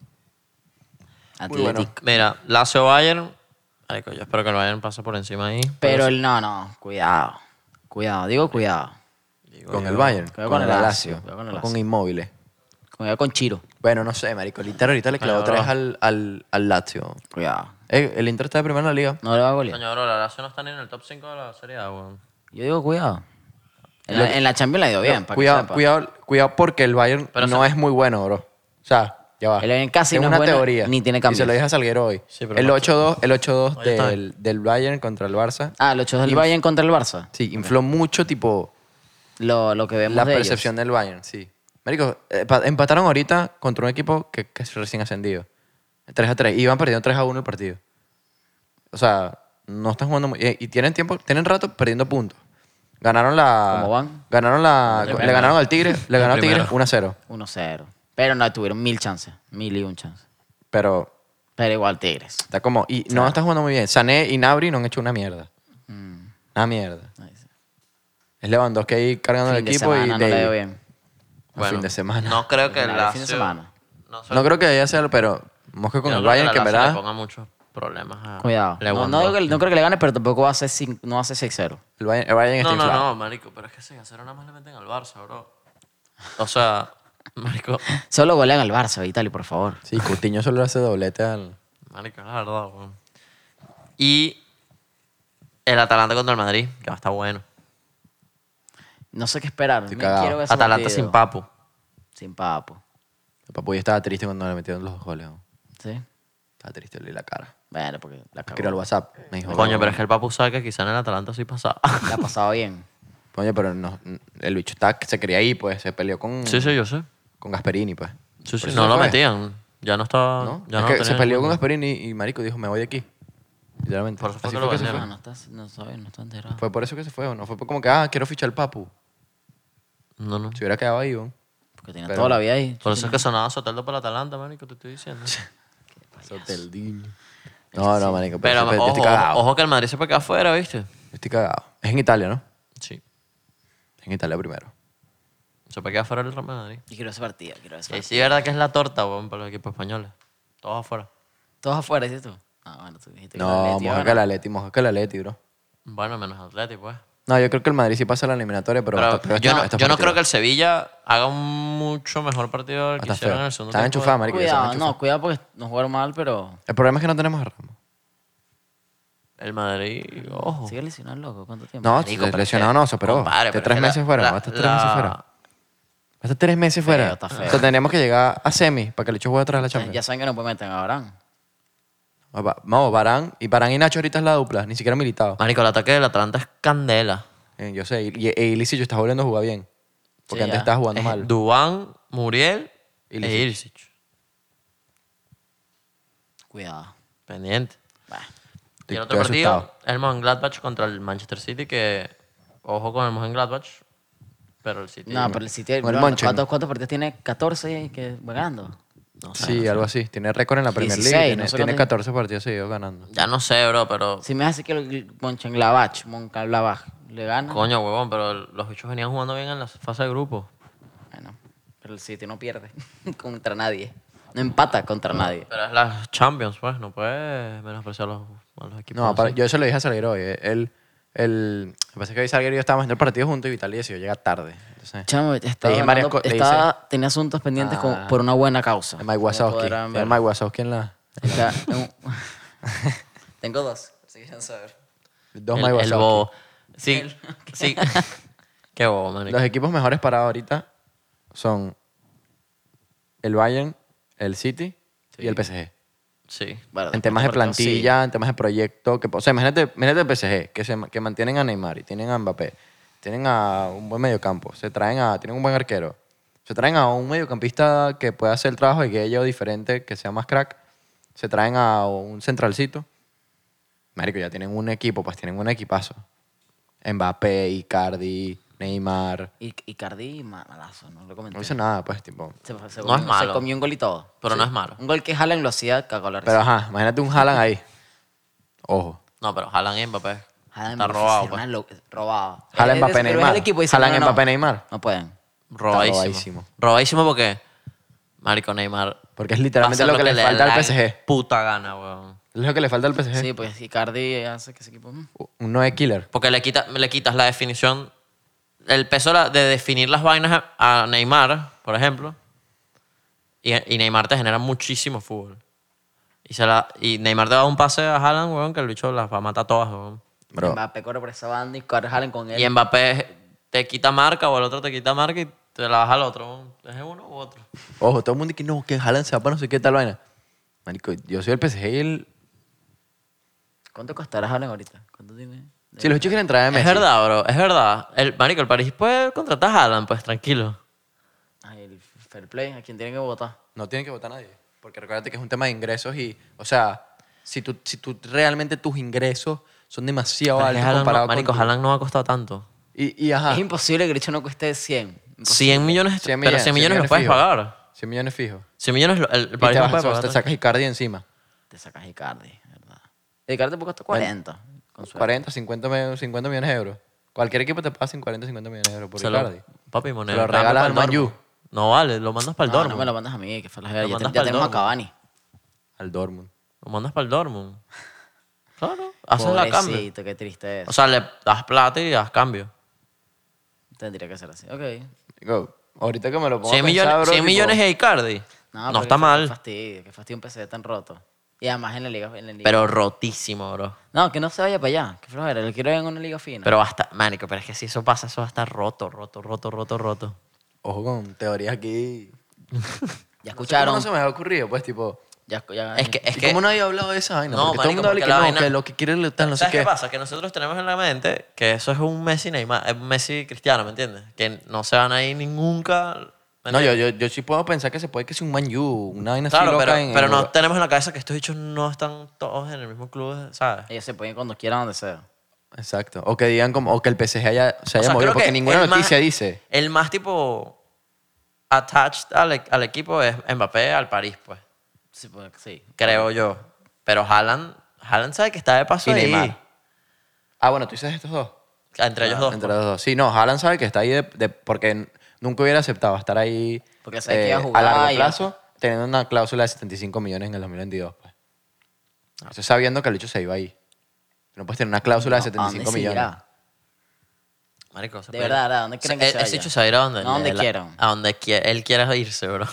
Athletic. bueno. Mira, Lazio Bayern. Marico, yo espero que el Bayern pase por encima ahí. Pero el no, no, cuidado. Cuidado, digo cuidado. Digo Con yo, el Bayern. Cuidado Con con el el Lazio. Lazio, cuidado con el o Con Lazio. Inmóviles. Cuidado con Chiro. Bueno, no sé, marico. El Inter ahorita le clavó Coño, tres bro. al, al, al Lazio. Cuidado. Eh, el Inter está de primero en la liga. No le va a golear. Coño, bro, la Lazio no está ni en el top cinco de la Serie A, weón. Yo digo cuidado. En la, en la Champions le dio bien, para cuidado, que sepa. cuidado, cuidado porque el Bayern Pero no se- es muy bueno, bro. O sea, ya va. El Bayern casi es no es una bueno, teoría. ni tiene Y se cambios. lo dije a Salguero hoy. Sí, pero el macho. ocho dos, el ocho dos Ahí está. del, del Bayern contra el Barça. Ah, el ocho del Inf- Bayern contra el Barça. Sí, infló mucho, tipo, Lo, lo que vemos la de ellos. percepción del Bayern, sí. Marico, eh, pa- empataron ahorita contra un equipo que, que es recién ascendido. tres a tres. Y iban perdiendo tres a uno el partido. O sea, no están jugando muy... Y, y tienen tiempo, tienen rato perdiendo puntos. Ganaron la... ¿Cómo van? Ganaron la... De Le primero. ganaron al Tigre. Le De ganaron al Tigre primero. uno a cero. uno cero. Pero no, tuvieron mil chances. Mil y un chances. Pero Pero igual Tigres. está como... Y no están jugando muy bien. Sané y Nabri no han hecho una mierda. Mm, Una mierda. ahí sí. Es Lewandowski ahí cargando Fin el de equipo semana y... no de- le dio bien. un fin de semana. No creo que el Final de fin de Lazio... semana. No, sé- No creo que haya sido, pero... Mosca con yo el creo Bayern, la que en Lazio verdad... le ponga muchos problemas a Cuidado. No, no, digo Lewandowski. que- no creo que le gane, pero tampoco va a ser, cin- no va a ser seis cero. El Bayern, el Bayern está No, no, inflado. no, marico, pero es que seis a cero nada más le meten al Barça, bro. O sea, marico, Solo golean al Barça, Vitali, por favor. Sí, Coutinho solo le hace doblete al... marico, es la verdad, weón. Y el Atalanta contra el Madrid, que va a estar bueno. No sé qué esperar. Estoy Me cagado. quiero ver ese Atalanta partido. sin Papu. Sin papo. El Papu ya estaba triste cuando le metieron los dos goles. ¿no? ¿Sí? Estaba triste, le di la cara. Bueno, porque la Escribió cagó. al WhatsApp. Me dijo, Coño, pero es que el Papu sabe que quizá en el Atalanta sí pasaba. La ha pasado bien. Coño, pero no, el bicho está, se quería ir, pues. Se peleó con, Sí, sí, yo sé. con Gasperini, pues. Sí, Por sí, eso no se lo fue. metían. Ya no estaba. ¿No? Ya es no que lo se tenían peleó en con cuenta. Gasperini y marico dijo, me voy de aquí. Literalmente. Por eso fue Así que fue lo que se fue. vendieron. No, no estás, no sabes, no estás enterado. Fue por eso que se fue, ¿o no? Fue como que, ah, quiero fichar al Papu. No, no. Se hubiera quedado ahí, ¿no? Porque tiene Pero- toda la vida ahí. Por eso es que sonaba Soteldo para el Atalanta, marico, te estoy diciendo. Soteldiño. No, no, marico. Pero Pero, yo ojo, estoy cagado. ojo que el Madrid se puede quedar afuera, ¿viste? Yo estoy cagado. Es en Italia, ¿no? Sí. Es en Italia primero. Se puede quedar afuera el Real Madrid. Yo quiero ese partido, quiero ese Y partido. sí, es verdad que es la torta, weón, para los equipos españoles. Todos afuera. Todos afuera, ¿sí tú? Ah, bueno, tú dijiste que el No, Atleti iba a moja que el ganar. Atleti, moja que el Atleti, bro. Bueno, menos Atleti, pues. No, yo creo que el Madrid sí pasa a la eliminatoria, pero, Pero hasta- pero yo, estos- no, estos yo no partidos- creo que el Sevilla haga un mucho mejor partido del que Está hicieron feo. en el segundo Están tiempo. enchufados, marico. ya están Cuidado, enchufados. no, cuidado porque nos jugaron mal, pero... El problema es que no tenemos a Ramos. El Madrid, ojo. Sigue lesionado, loco. ¿Cuánto tiempo? No, Marico, pero lesionado es que- no, se operó. compadre, De pero tres es que meses la- fuera. la- Va a estar tres la- meses fuera. Va a estar tres meses fuera. está feo. O sea, tenemos que llegar a semi para que el hecho juegue atrás de la Ya Champions. saben que no pueden meter a Abraham. Va- No, Barán y Barán y Nacho ahorita es la dupla, ni siquiera militado. Marico, el ataque del Atalanta es candela. Eh, yo sé, y, y Ilicic está volviendo a jugar bien. Porque Sí, antes ya. estaba jugando Es mal. Dubán, Muriel Ilicic. e Ilicic. Cuidado. Pendiente. Bah. Y Estoy- el otro estoy partido, asustado. el Mönchengladbach contra el Manchester City, que ojo con el Mönchengladbach, pero el City... No, pero el City... Con el bueno, Monchen. ¿cuántos, ¿Cuántos partidos tiene? catorce que va ganando. no sé, Sí, no sé. algo así. Tiene récord en la Premier League. dieciséis, Tiene, no sé tiene cuánto- catorce partidos seguidos ganando. Ya no sé, bro, pero... Si me hace que el Mönchengladbach, Mönchengladbach, le gana... Coño, huevón, pero los bichos venían jugando bien en la fase de grupo. Bueno, pero el City no pierde contra nadie. No empata contra nadie. Pero es la Champions, pues, no puedes menospreciar a los, a los equipos. No, para- así. yo eso lo dije a Salguero hoy. eh, Él, él, lo que pasa es que hoy Salguero y yo estábamos viendo el partido juntos y Vitaly decidió llegar tarde. Entonces, Chamo, estaba, dije varias hablando- co- le estaba- tenía asuntos pendientes con- Ah. por una buena causa. Mike Como Wazowski. podrán Tiene ver. Mike Wazowski en la... Está- tengo, tengo dos, si quieren saber. Dos el, Mike el Wazowski. bobo. Sí, sí. Qué bobo, man. Los equipos mejores para ahorita son el Bayern, el City y el P S G. Sí. Bueno, En temas de después partido, plantilla, en temas de proyecto. Que, o sea, imagínate, imagínate el P S G, que, se, que mantienen a Neymar y tienen a Mbappé. Tienen a un buen mediocampo. Se traen a, tienen un buen arquero. Se traen a un mediocampista que pueda hacer el trabajo de que ellos diferente, que sea más crack. Se traen a un centralcito. Marico, ya tienen un equipo, pues tienen un equipazo. Mbappé, Icardi, Neymar. Y, y Cardi, malazo, no lo comenté. No hizo nada, pues, tipo. Se, se No comió, es malo. Se comió un gol y todo. Pero no es malo. Un gol que Haaland lo hacía cagó la Pero risa. ajá, imagínate un Haaland ahí. Ojo. No, pero Haaland y Mbappé. Haaland Está me robado, fascina, pues. lo- robado. Haaland, Es- Mbappé, pero es Neymar. el equipo y dice, Haaland, no, no, Mbappé, Neymar. No pueden. Robadísimo. robadísimo. Robadísimo porque... Marico, Neymar... Porque es va a literalmente hacer lo que le falta da al la P S G. puta gana, weón. Es lo que le falta al P S G. Sí, pues Icardi hace que ese equipo... mm. Un nueve killer. Porque le, quita, le quitas la definición... El peso de la- de definir las vainas a a Neymar, por ejemplo. Y, y Neymar te genera muchísimo fútbol. Y, se la, y Neymar te da un pase a Haaland, weón, que el bicho las va a matar todas, weón. Bro. Mbappé corre por esa banda y corre Haaland con él. Y Mbappé te quita marca o el otro te quita marca y te la baja al otro. weón. Es uno u otro. Ojo, todo el mundo dice que no, que Haaland se va para no sé qué tal vaina. Marico, yo soy el P S G y el... ¿Cuánto costará Haaland ahorita? ¿Cuánto tiene? Si los hechos quieren traer a Messi. Es verdad, bro. Es verdad. El, marico, el París puede contratar a Haaland, pues tranquilo. Ay, el fair play, ¿a quién tienen que votar? No tienen que votar a nadie. Porque recuérdate que es un tema de ingresos y... O sea, si tú, si tú realmente tus ingresos son demasiado Pero es que altos Haaland no- comparado marico, con... tu- Haaland no ha costado tanto. Y, y ajá, Es imposible que el hecho no cueste cien. cien millones, cien pero millones, cien millones los puedes fijos. pagar. cien millones fijos. cien millones lo- el, el Y París te, no vas- puede te pagar. sacas Icardi encima. Te sacas Icardi, ¿verdad? Icardi te costó cuarenta. Con suerte. cuarenta, cincuenta, me- cincuenta millones de euros. Cualquier equipo te paga cuarenta, cincuenta millones de euros por Se lo- Icardi. papi, moneda. Se lo cambio regalas para al el Man Dortmund. U. No vale, lo mandas para el No, Dortmund. no me lo mandas a mí, que fue la Lo Ya, te- mandas ya pa'l tenemos a Dortmund. Cavani. Al Dortmund. Lo mandas para el Dortmund. Claro, haces la cambio. Pobrecito, qué triste es. O sea, le das plata y das cambio. Tendría que ser así. Ok. Digo, ahorita que me lo pongo cien a pensar, millones, bro, cien tipo, millones de Icardi. No, pero está qué- mal, Qué fastidio, qué fastidio un P S G tan roto. Y además en la liga. En la liga. pero rotísimo, bro. No, que no se vaya para allá. Que flojera, lo quiero ver en una liga fina. Pero va a estar, mánico, pero es que si eso pasa, eso va a estar roto, roto, roto, roto, roto. Ojo con teorías aquí. ya No sé escucharon. cómo no se me había ocurrido, pues, tipo... Ya, ya- Es que, es ¿Y que cómo nadie ha hablado de esa vaina? No, porque todo el marico, mundo habla y porque que la no, vaina- que lo que quiere es tal, no sé ¿Sabes qué qué. pasa? Que nosotros tenemos en la mente que eso es un Messi Neymar, es un Messi cristiano, ¿me entiendes? Que no se van a ir nunca. ¿me No, yo, entiendes? yo, yo sí puedo pensar que se puede que sea un Man U, una vaina así Claro, loca pero, en... pero en no Europa. tenemos en la cabeza que estos bichos no están todos en el mismo club, ¿sabes? Ellos se pueden ir cuando quieran, donde sea. Exacto. O que digan como... O que el P S G haya, se O haya sea, movido, creo porque que ninguna el noticia más- dice... El más tipo attached al, e- al equipo es Mbappé al París, pues. Sí, pues, sí. Creo yo. Pero Haaland, Haaland sabe que está de paso Y ahí. Neymar. Ah, bueno, tú dices estos dos. Entre ellos Ah, dos. Entre pues. los dos. Sí, no, Haaland sabe que está ahí de, de- porque n- nunca hubiera aceptado estar ahí Porque sabe que iba a a jugar largo y- plazo, teniendo una cláusula de setenta y cinco millones en el dos mil veintidós. Pues. Eso sabiendo que el hecho se iba ahí. No puedes tener una cláusula de No, ¿a setenta y dónde cinco se millones. irá? Marico, se De puede- verdad, ¿a dónde creen que e- se Ese vaya? hecho se va a ir a donde, No, a donde le- la- quieran. A donde quie- él quiera irse, bro.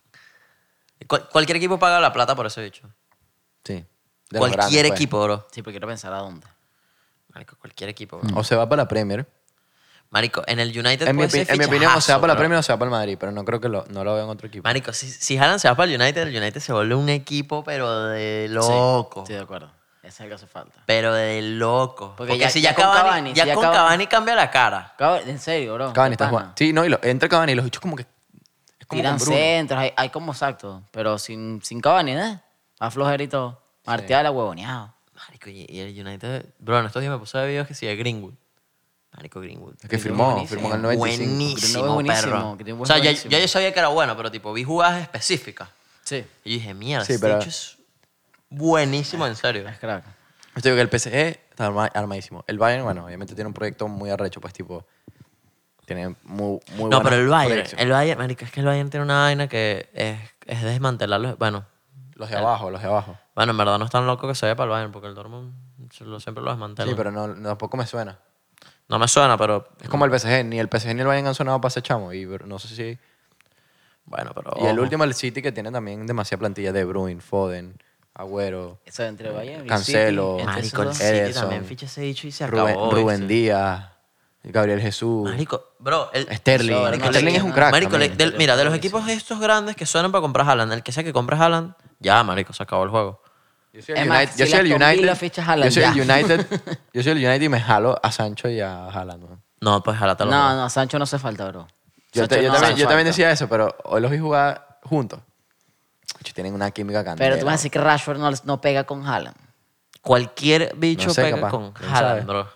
Cual- cualquier equipo paga la plata por ese bicho. Sí. de los Cualquier grandes, pues. equipo, bro. Sí, pero quiero pensar a dónde. Marico, cualquier equipo, bro. O se va para la Premier. Marico, en el United En mi, puede ser opi- en mi opinión, o se va fichajazo, para la bro. Premier o se va para el Madrid, pero no creo que lo, no lo vea en otro equipo. Marico, si, si Haaland se va para el United, el United se vuelve un equipo, pero de loco. Estoy de acuerdo. Ese es el que hace falta. Pero de loco. Porque Porque, ya- si ya ya, con Cavani, Cavani, ya si ya con Cavani- Cavani cambia la cara. Cavani- en serio, bro. Cavani de está pana. jugando. Sí, no, y lo, entra Cavani y los bichos como que... Es como Tiran con Bruno. centros, hay, hay como exacto. Pero sin, sin Cavani, ¿eh? Más flojerito. Martial, huevoneado. Marico, y, y el United... Bro, en estos días me puse a ver videos que sí de Greenwood. Marico, Greenwood. Es que Greenwood firmó, buenísimo. firmó en el noventa y cinco. Buenísimo, Greenwood es buenísimo, perro. Greenwood O es sea, ya, buenísimo. ya yo sabía que era bueno, pero tipo, vi jugadas específicas. Sí. Y yo dije, mierda, Sí, este pero- bicho es buenísimo, en serio. Es crack. Yo te digo que el P S G está arma- armadísimo. El Bayern, bueno, obviamente tiene un proyecto muy arrecho, pues tipo... Tiene muy, muy No, buenas pero el Bayern, proyecciones. el Bayern, marico, es que el Bayern tiene una vaina que es, es desmantelarlo. Bueno, Los de abajo, los de abajo. bueno, en verdad no es tan loco que se vaya para el Bayern, porque el Dortmund se lo- siempre lo desmantela. Sí, pero no, no, tampoco me suena. No me suena, pero... Es como el P S G. Ni el P S G ni el Bayern han sonado para ese chamo. Y bro, no sé si... Bueno, pero... Y el ojo. último, el City, que tiene también demasiada plantilla de Bruyne, Foden, Agüero, Eso entre Bayern y Cancelo, City, entre Marico, esos el dos. City Ederson, también ficha ese dicho y se Rubén, acabó. Rubén ¿viste? Díaz, Gabriel Jesús, Marico, bro, el... Sterling. Eso, Marico, no, Sterling le- es un crack Marico, le- también. del- mira, de los Buenísimo. equipos estos grandes que suenan para comprar Haaland, el que sea que compre Haaland, ya, marico, se acabó el juego. Yo soy Es el más, United. si Yo soy el la Aston Villa United. ficha a Haaland, Yo soy el ya. United. Yo soy el United y me jalo a Sancho y a Haaland. ¿no? No, pues Haaland te lo No, juro. no, Sancho no hace falta, bro. Yo, Sancho te- yo no también, hace yo también falta. decía eso, pero hoy los vi jugar juntos. Ellos tienen una química candela. Pero tú vas a decir que Rashford no, no pega con Haaland. Cualquier bicho No sé, pega capaz, con quién Haaland, sabe. bro.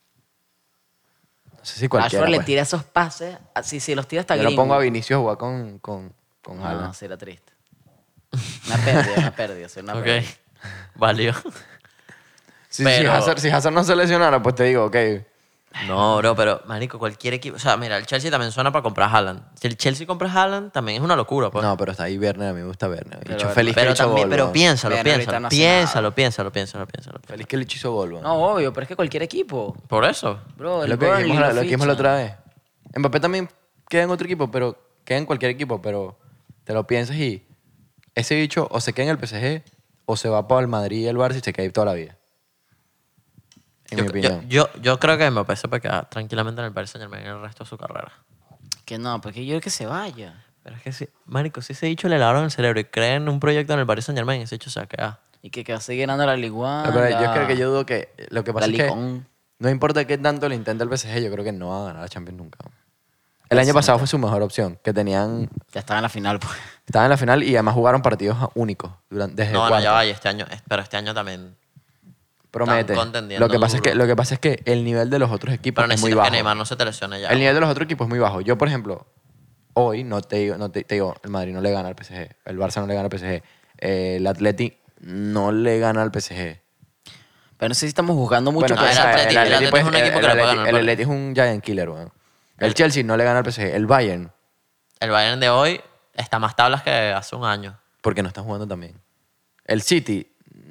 No sé si cualquiera. Rashford le pues. tira esos pases. Así, si los tira hasta Yo no gringo. pongo a Vinicius a jugar con, con, con No, Haaland. sería triste. Una pérdida, una pérdida. Sería una Ok, pérdida. valió. Si, si, Pero- Hazard, si Hazard no se lesionara, pues te digo, ok. No, bro, pero, marico, cualquier equipo... O sea, mira, el Chelsea también suena para comprar Haaland. Si el Chelsea compra Haaland, también es una locura, pues. No, pero está ahí Werner, a mí me gusta Werner. Pero- Dicho, feliz que pero le hizo también, gol, pero weón. piénsalo, Mira, ahorita piénsalo, no hace piénsalo, piénsalo, piénsalo, piénsalo. Feliz que le hizo gol, weón. No, obvio, pero es que cualquier equipo. Por eso. Bro, Es el lo que Burnley dijimos, la, lo lo dijimos la ficha. otra vez. Mbappé también queda en otro equipo, pero queda en cualquier equipo, pero te lo piensas y ese bicho o se queda en el P S G o se va para el Madrid y el Barça y se queda ahí toda la vida. En Yo, mi yo, opinión. yo, yo creo que Mbappé se puede quedar tranquilamente en el Paris Saint-Germain el resto de su carrera. Que no, porque yo quiero que se vaya. Pero es que si, marico, si ese dicho le lavaron el cerebro y creen un proyecto en el Paris Saint-Germain, ese dicho se va a quedar. Y que, que va a seguir ganando la Ligue uno, No, pero yo la- creo que yo dudo que lo que pasa la es que Ligue uno. no importa qué tanto le intente el P S G, yo creo que no va a ganar la Champions nunca. El año pasado fue su mejor opción, que tenían Ya estaba en la final, pues. estaban en la final y además jugaron partidos únicos durante desde No, no, cuartos. ya va, y este año, pero este año también. Promete. Están contendiendo Lo que pasa es duro. que lo que pasa es que el nivel de los otros equipos Pero es muy necesitas bajo. que Neymar no se te lesione ya. El nivel de los otros equipos es muy bajo. Yo, por ejemplo, hoy no te digo, no te, te digo, el Madrid no le gana al P S G, el Barça no le gana al P S G, eh, el Atleti no le gana al P S G. Pero no sé si estamos jugando mucho. Bueno, Ah, que, el o sea, Atleti, el Atleti pues, es un equipo el- que le el puede Atleti- ganar, el pero- Atleti es un giant killer, weón. El Chelsea no le gana al P S G. El Bayern, El Bayern de hoy está más tablas que hace un año. porque no está jugando también. El City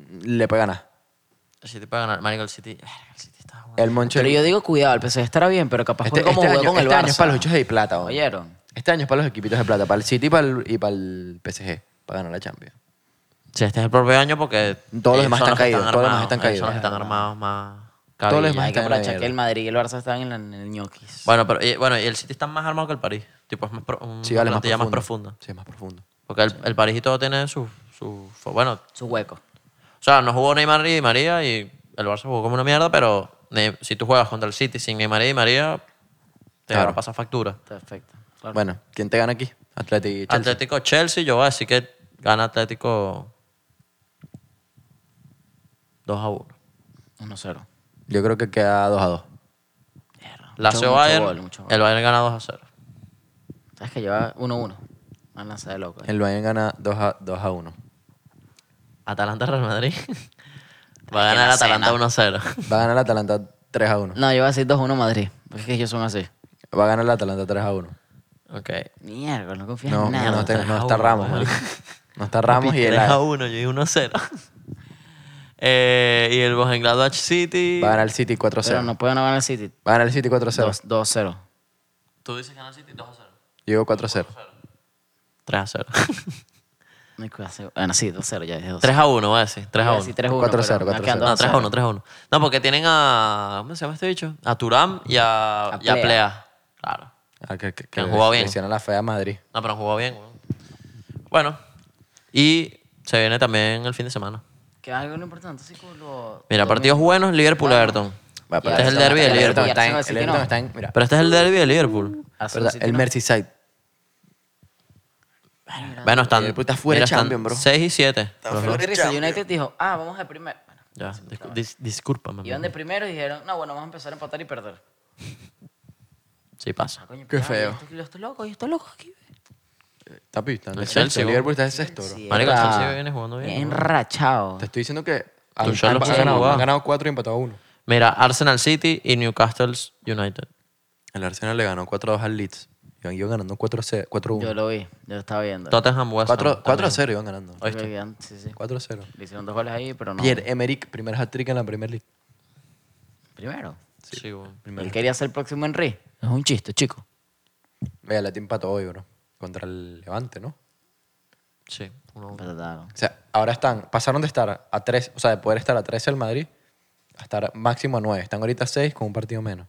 le puede ganar. El City puede ganar. Marico, el City... verga, El City está jugando. El Monche... Pero yo digo, cuidado, el P S G estará bien, pero capaz este, juega como este jugó año, con el este Barça. año es para los hechos de plata. ¿o? ¿Oyeron? Este año es para los equipitos de plata. Para el City y para el, y para el P S G. Para ganar la Champions. Sí, este es el propio año porque... Todos los ellos demás son están que caídos, todos los demás armados, están ellos caídos. son los que están armados más... Todos los cabilla. demás Hay que están en la aprovechar que mierda. el Madrid y el Barça están en, la, en el ñoquis. Bueno, pero y, bueno, y el City está más armado que el París. Tipo, es más pro- una Sí, vale, más plantilla profundo. más profunda. Sí, es más profundo. Porque el, el París y todo tiene su, su... Bueno, Su hueco. o sea, no jugó Neymar y María y el Barça jugó como una mierda, pero Ne- si tú juegas contra el City sin Neymar y María, te Claro. va a pasar factura. Perfecto. Claro. Bueno, ¿quién te gana aquí? Atlético y Chelsea. Atlético Chelsea, yo voy a decir que gana Atlético dos a uno. uno cero. Yo creo que queda dos a dos. Lazio mucho Bayern, gol, mucho gol. el Bayern gana dos a cero. ¿Sabes que lleva uno uno? Una lanza de loco. eh. El Bayern gana dos a uno. Atalanta Real Madrid. Va a que ganar la Atalanta cena. uno a cero. Va a ganar el Atalanta tres a uno. No, yo voy a decir dos uno Madrid. Porque es que ellos son así. Va a ganar el Atalanta tres a uno. Ok. Mierda, no confías No, en nada. no, te- tres no a está uno, Ramos, weón. marico. No está Ramos y el tres a uno, yo dije uno a cero. Eh, y el Mönchengladbach City. Va a ganar el City cuatro a Pero cero. no pueden ganar el City. Va a ganar el City cuatro a cero. dos cero. Tú dices que gana el City dos a cero. Yo digo cuatro a cero. tres a cero. No hay que hacer- Bueno, sí, dos cero ya dije dos. tres a uno, voy a decir. tres a uno. tres uno. cuatro cero, pero me cuatro quedan cero. dos No, tres a cero. uno, tres a uno. No, porque tienen a... ¿Cómo se llama este bicho? A Turam y a, A y a Plea. Plea. Claro. Ah, que, que, Que han jugado bien. Le hicieron la fea a Madrid. No, pero han jugado bien. weón. Bueno. Y se viene también el fin de semana. Que algo lo importante, así como lo... Mira, lo partidos mismo. buenos, Liverpool-Everton. Va, Este es el derbi de el Liverpool. Everton está en- Ya se el va a decir que Everton no. está en... Mira, Pero este es el derbi de Liverpool. Azul ¿verdad? City el no. Merseyside. Bueno, están... Liverpool está fuera mira, de están Champions, bro. seis y siete. Pero qué risa, el United dijo, ah, vamos de primero. Bueno, Ya, discu- dis- discúlpame. iban de primero y dijeron, no, bueno, vamos a empezar a empatar y perder. Sí pasa. Ah, coño, Qué pero, feo. Yo estoy, yo estoy loco, yo estoy loco aquí. Está pista. El Chelsea, El bro. Liverpool está de sexto, bro. Sí, Marico, el era Chelsea viene jugando bien. weón. enrachado. Te estoy diciendo que han, Tuchel han- lo han puso ganado, jugado. han ganado cuatro y empatado uno. Mira, Arsenal City y Newcastle United. El Arsenal le ganó cuatro a dos al Leeds. Iban, iban ganando cuatro a uno. Yo lo vi, yo lo estaba viendo. Tottenham West Ham. cuatro a también. cero iban ganando. ¿Oíste? Sí, sí. cuatro a cero. Le hicieron dos goles ahí, pero no. Pierre-Emerick, primer hat-trick en la Premier League. Primero. Sí, weón. Él quería ser el próximo Henry. Es un chiste, chico. Vaya, la empató hoy, bro. Contra el Levante, ¿no? Sí, uno a uno. Patatado. O sea, ahora están, pasaron de estar a tres, o sea, de poder estar a trece el Madrid, a estar máximo a nueve. Están ahorita a seis con un partido menos.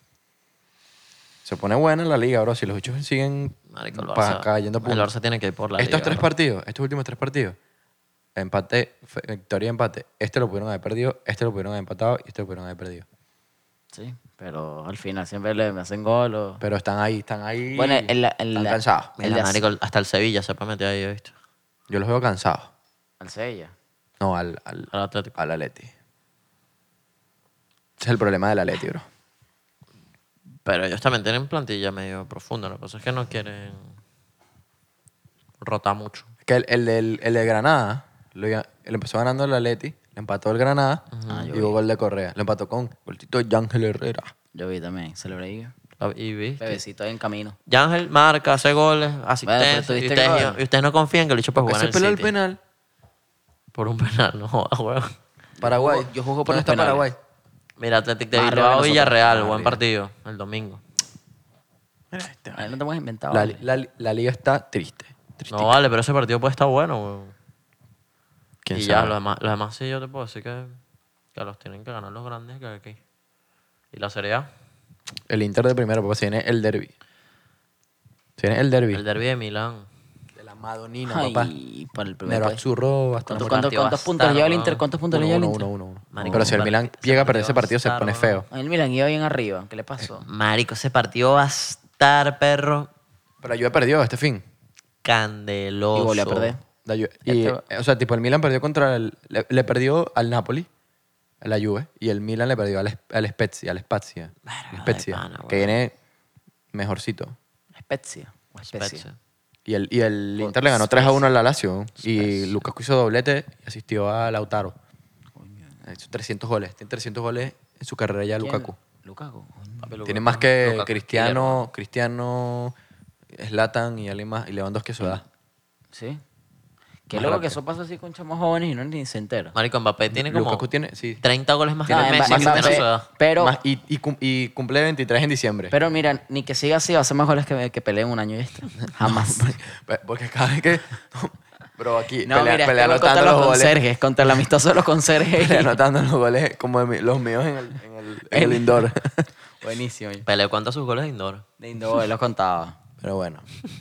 Se pone buena la liga, bro. Si los bichos siguen Marico, el pa- Barça, cayendo el puntos. Barça tiene que ir por la Estos liga, tres bro. partidos, estos últimos tres partidos, empate, fe- victoria y empate. Este lo pudieron haber perdido, este lo pudieron haber empatado y este lo pudieron haber perdido. Sí, pero al final siempre le me hacen gol o... Pero están ahí, están ahí. Bueno, en la- en están la- cansados. en Mira, la- marico, hasta el Sevilla se puede meter ahí, ¿he visto? Yo los veo cansados. Al Sevilla. No, al, al, Al Atlético. al Atleti. Ese es el problema del Atleti, bro. Pero ellos también tienen plantilla medio profunda. Lo que pasa es que no quieren rotar mucho. Es que el, el, del- el de Granada, lo, iba- él empezó ganando el Atleti, le empató el Granada Ah, yo y hubo vi. gol de Correa. Lo empató con golcito de Ángel Herrera. Yo vi también, celebré ahí. Y viste. Bebecito ahí en camino. Yángel marca, hace goles, pero asistencia. ¿tuviste y, el ustedes, gol? y ustedes no confían que el bicho puede Porque jugar en se el peló el City. penal. Por un penal, no jodas, weón. Paraguay. juego- yo juego por ¿Dónde los está penales. Paraguay? Mira, Atlético de Más arriba que Bilbao, nosotros. Villarreal, Más buen arriba. partido, el domingo. Ahí no te hemos inventado. La, vale. la, la liga está triste. triste. No vale, pero ese partido puede estar bueno, weón. ¿Quién Y sabe? ya, los demás, los demás sí yo te puedo decir que, que los tienen que ganar los grandes que hay aquí. Y la Serie A, El Inter de primero, porque se viene el derby. Se viene el derby. el derbi de Milán. De la Madonina, papá. Ay, para el primer Nero puesto. Azzurro hasta ¿Cuántos, la cuántos, partido va a cuántos puntos estar, lleva el weón. Inter? ¿Cuántos puntos le uno, lleva el uno, Inter? uno, uno, uno. Marico, Pero si el ese Milan partido- llega a ese perder ese partido, se partido va a pone estar, feo. El Milan iba bien arriba. ¿Qué le pasó? Marico, ese partido va a estar, perro, Pero la Juve perdió este fin. candeloso. Y volvió a perder. La Juve- y, Este- eh, o sea, tipo, el Milan perdió contra el... Le, le perdió al Napoli, a la Juve, y el Milan le perdió al, Es- al Spezia, al Spezia. Verga al de Spezia, pana, que weón. viene mejorcito. Spezia. O Spezia. Spezia. Y el, y el Joder, Inter le ganó tres a uno al la Lazio. Y Spezia. Lukaku hizo doblete y asistió a Lautaro. Hizo trescientos goles. Tiene trescientos goles en su carrera ya ¿Quién? Lukaku. Lukaku. Coño. Papi, Lukaku- Tiene más que Lukaku Cristiano, Cristiano, Zlatan y alguien más. Y Lewandowski a su edad. ¿Sí? Qué Más loco que rápido. eso pasa así con chamos jóvenes y no ni se entera. Marico, Mbappé tiene como Lukaku tiene, sí. treinta goles más que No, Messi, Mba- que tiene Mbappé- su edad. pero, Más- y, y, cum- y cumple veintitrés en diciembre. pero mira, ni que siga así va a ser más goles que, que peleen un año y esto. Jamás. Pe- Porque cada vez que... Bro, aquí No, pelea, mira, pelea es que anotando contra los los goles. conserjes, contra el amistoso de los conserjes. Pelea anotando los goles como de mi- los míos en el, en el, en el indoor. Buenísimo. Pelé cuenta sus goles de indoor. De Indoor, los contaba. Pero bueno.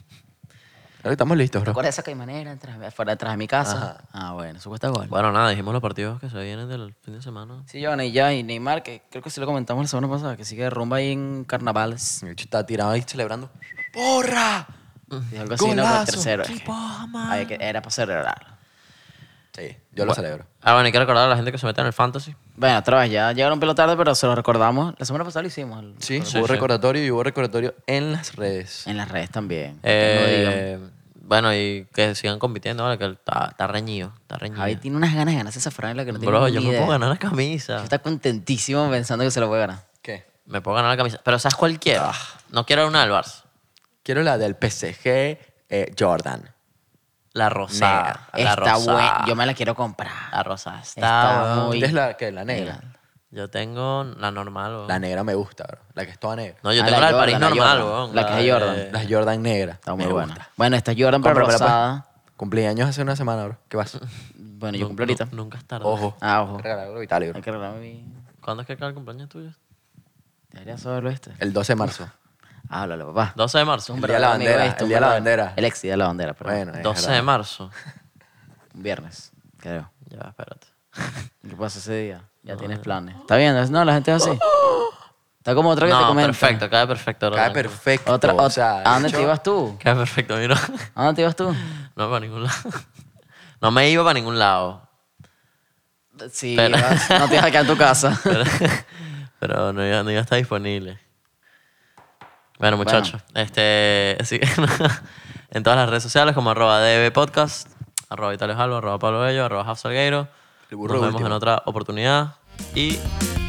Ahora estamos listos, bro. ¿Recuerdas esa caimanera tras- fuera detrás de mi casa? Ajá. Ah, bueno, eso cuesta gol. Bueno, nada, dijimos los partidos que se vienen del fin de semana. Sí, Johnny, y ya, y Neymar, que creo que sí lo comentamos la semana pasada, que sigue de rumba ahí en carnavales. El bicho está tirado ahí celebrando. ¡Porra! Y algo así, ¿no? Con el ¡Golazo! tercero. Ay, que era para celebrar. Sí, yo lo celebro. Ah, bueno, hay que recordar a la gente que se mete en el fantasy. Bueno, otra vez, ya llegaron un pelo tarde, pero se lo recordamos. La semana pasada lo hicimos. el- Sí, Sí, hubo sí. recordatorio y hubo recordatorio en las redes. En las redes también. Que no digan. Eh, bueno, y que sigan compitiendo, ¿vale? Que está, está reñido, está reñido. Javi tiene unas ganas de ganarse esa franela que no tiene Bro, ni yo me idea. puedo ganar la camisa. Está contentísimo pensando que se lo puede ganar. ¿Qué? Me puedo ganar la camisa. Pero ¿sabes cuál quiero? Ah. No quiero una del Barça. Quiero la del P S G eh, Jordan. La rosada. La Está rosada. buena. Yo me la quiero comprar. La rosada está... Está muy- ¿Es la, qué? La negra. Yo tengo la normal, weón. La negra me gusta, bro. La que es toda negra. No, yo Ah, tengo la la del Jordan, París la normal, Jordan. weón. La que es de- Jordan. La Jordan negra. Está muy me buena. gusta. Bueno, esta es Jordan, pero Cómpramela, pues. rosada. Cumplí años hace una semana, bro. ¿Qué vas? Bueno, yo Nu- cumplo ahorita. nu- Nunca es tarde. Ojo. Ah, ojo. Regalarlo a Italia, Hay bro. que arreglarme mi... ¿Cuándo es que cae el cumpleaños tuyo? Debería saberlo este. El doce de marzo. Háblale, papá. doce de marzo. Un El día de la verdadero amigo bandera, este, el un día de la verdadero- bandera. El ex día de la bandera, pero Bueno, es doce de verdad. marzo. un viernes, creo. Ya, espérate. ¿Qué pasa ese día? Ya tienes planes. ¿Está bien? No, la gente es así. Está como otra que te No, comenta. perfecto, cae perfecto. bro, Cae tranquilo. perfecto. Otra, o ot- sea, ¿A dónde el te bicho- ibas tú? Cae perfecto, mira. ¿A dónde te ibas tú? No para ningún lado. No me iba para ningún lado. Sí, Pero- ibas- no te ibas a quedar en tu casa. Pero, pero no, iba, no iba a estar disponible. Bueno, muchachos. Este, sí, en todas las redes sociales como arroba dbpodcast, arroba Vitalios Alba, arroba Pablo Bello, arroba Haf Salgueiro. El burro Nos vemos último. en otra oportunidad y